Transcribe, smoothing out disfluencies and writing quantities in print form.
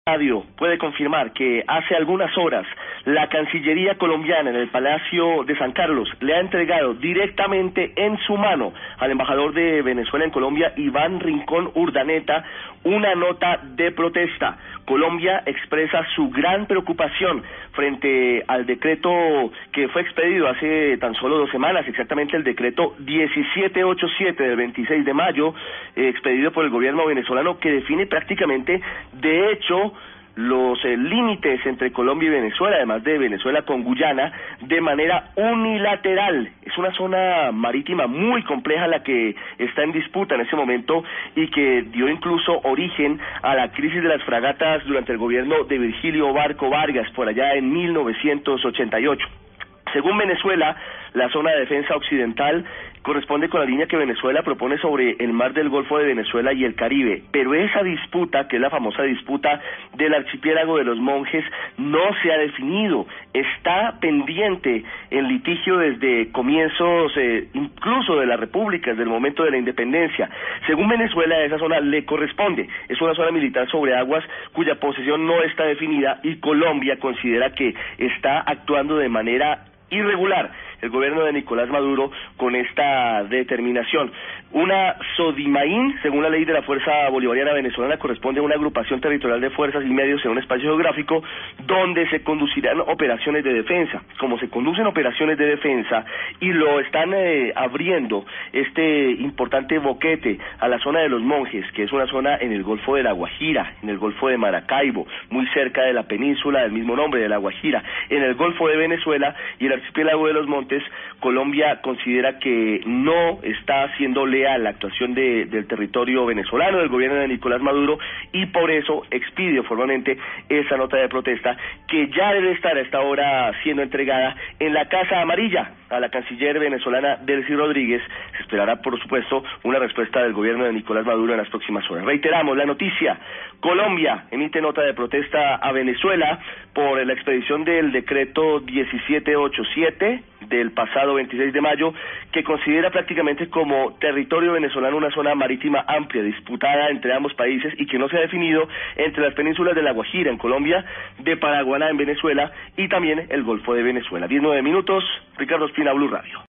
Radio puede confirmar que hace algunas horas la Cancillería colombiana en el Palacio de San Carlos le ha entregado directamente en su mano al embajador de Venezuela en Colombia, Iván Rincón Urdaneta, una nota de protesta. Colombia expresa su gran preocupación frente al decreto que fue expedido hace tan solo 2 semanas, exactamente el decreto 1787 del 26 de mayo, expedido por el gobierno venezolano, que define prácticamente, de hecho, los límites entre Colombia y Venezuela, además de Venezuela con Guyana, de manera unilateral. Es una zona marítima muy compleja la que está en disputa en ese momento y que dio incluso origen a la crisis de las fragatas durante el gobierno de Virgilio Barco Vargas, por allá en 1988. Según Venezuela, la zona de defensa occidental corresponde con la línea que Venezuela propone sobre el mar del Golfo de Venezuela y el Caribe, pero esa disputa, que es la famosa disputa del archipiélago de los Monjes, no se ha definido, está pendiente en litigio desde comienzos incluso de la República, desde el momento de la independencia. Según Venezuela, esa zona le corresponde, es una zona militar sobre aguas cuya posesión no está definida, y Colombia considera que está actuando de manera irregular el gobierno de Nicolás Maduro con esta determinación. Una SODIMAIN, según la ley de la Fuerza Bolivariana Venezolana, corresponde a una agrupación territorial de fuerzas y medios en un espacio geográfico donde se conducirán operaciones de defensa. Como se conducen operaciones de defensa y lo están abriendo este importante boquete a la zona de los Monjes, que es una zona en el Golfo de La Guajira, en el Golfo de Maracaibo, muy cerca de la península del mismo nombre, de La Guajira, en el Golfo de Venezuela y el archipiélago de los Montes, Colombia considera que no está siendo leal la actuación del territorio venezolano, del gobierno de Nicolás Maduro, y por eso expide formalmente esa nota de protesta, que ya debe estar a esta hora siendo entregada en la Casa Amarilla a la canciller venezolana Delcy Rodríguez. Se esperará, por supuesto, una respuesta del gobierno de Nicolás Maduro en las próximas horas. Reiteramos la noticia: Colombia emite nota de protesta a Venezuela por la expedición del decreto 1787 del pasado 26 de mayo, que considera prácticamente como territorio venezolano una zona marítima amplia, disputada entre ambos países y que no se ha definido entre las penínsulas de La Guajira en Colombia, de Paraguaná en Venezuela y también el Golfo de Venezuela. 19 minutos, Ricardo Espina, Blue Radio.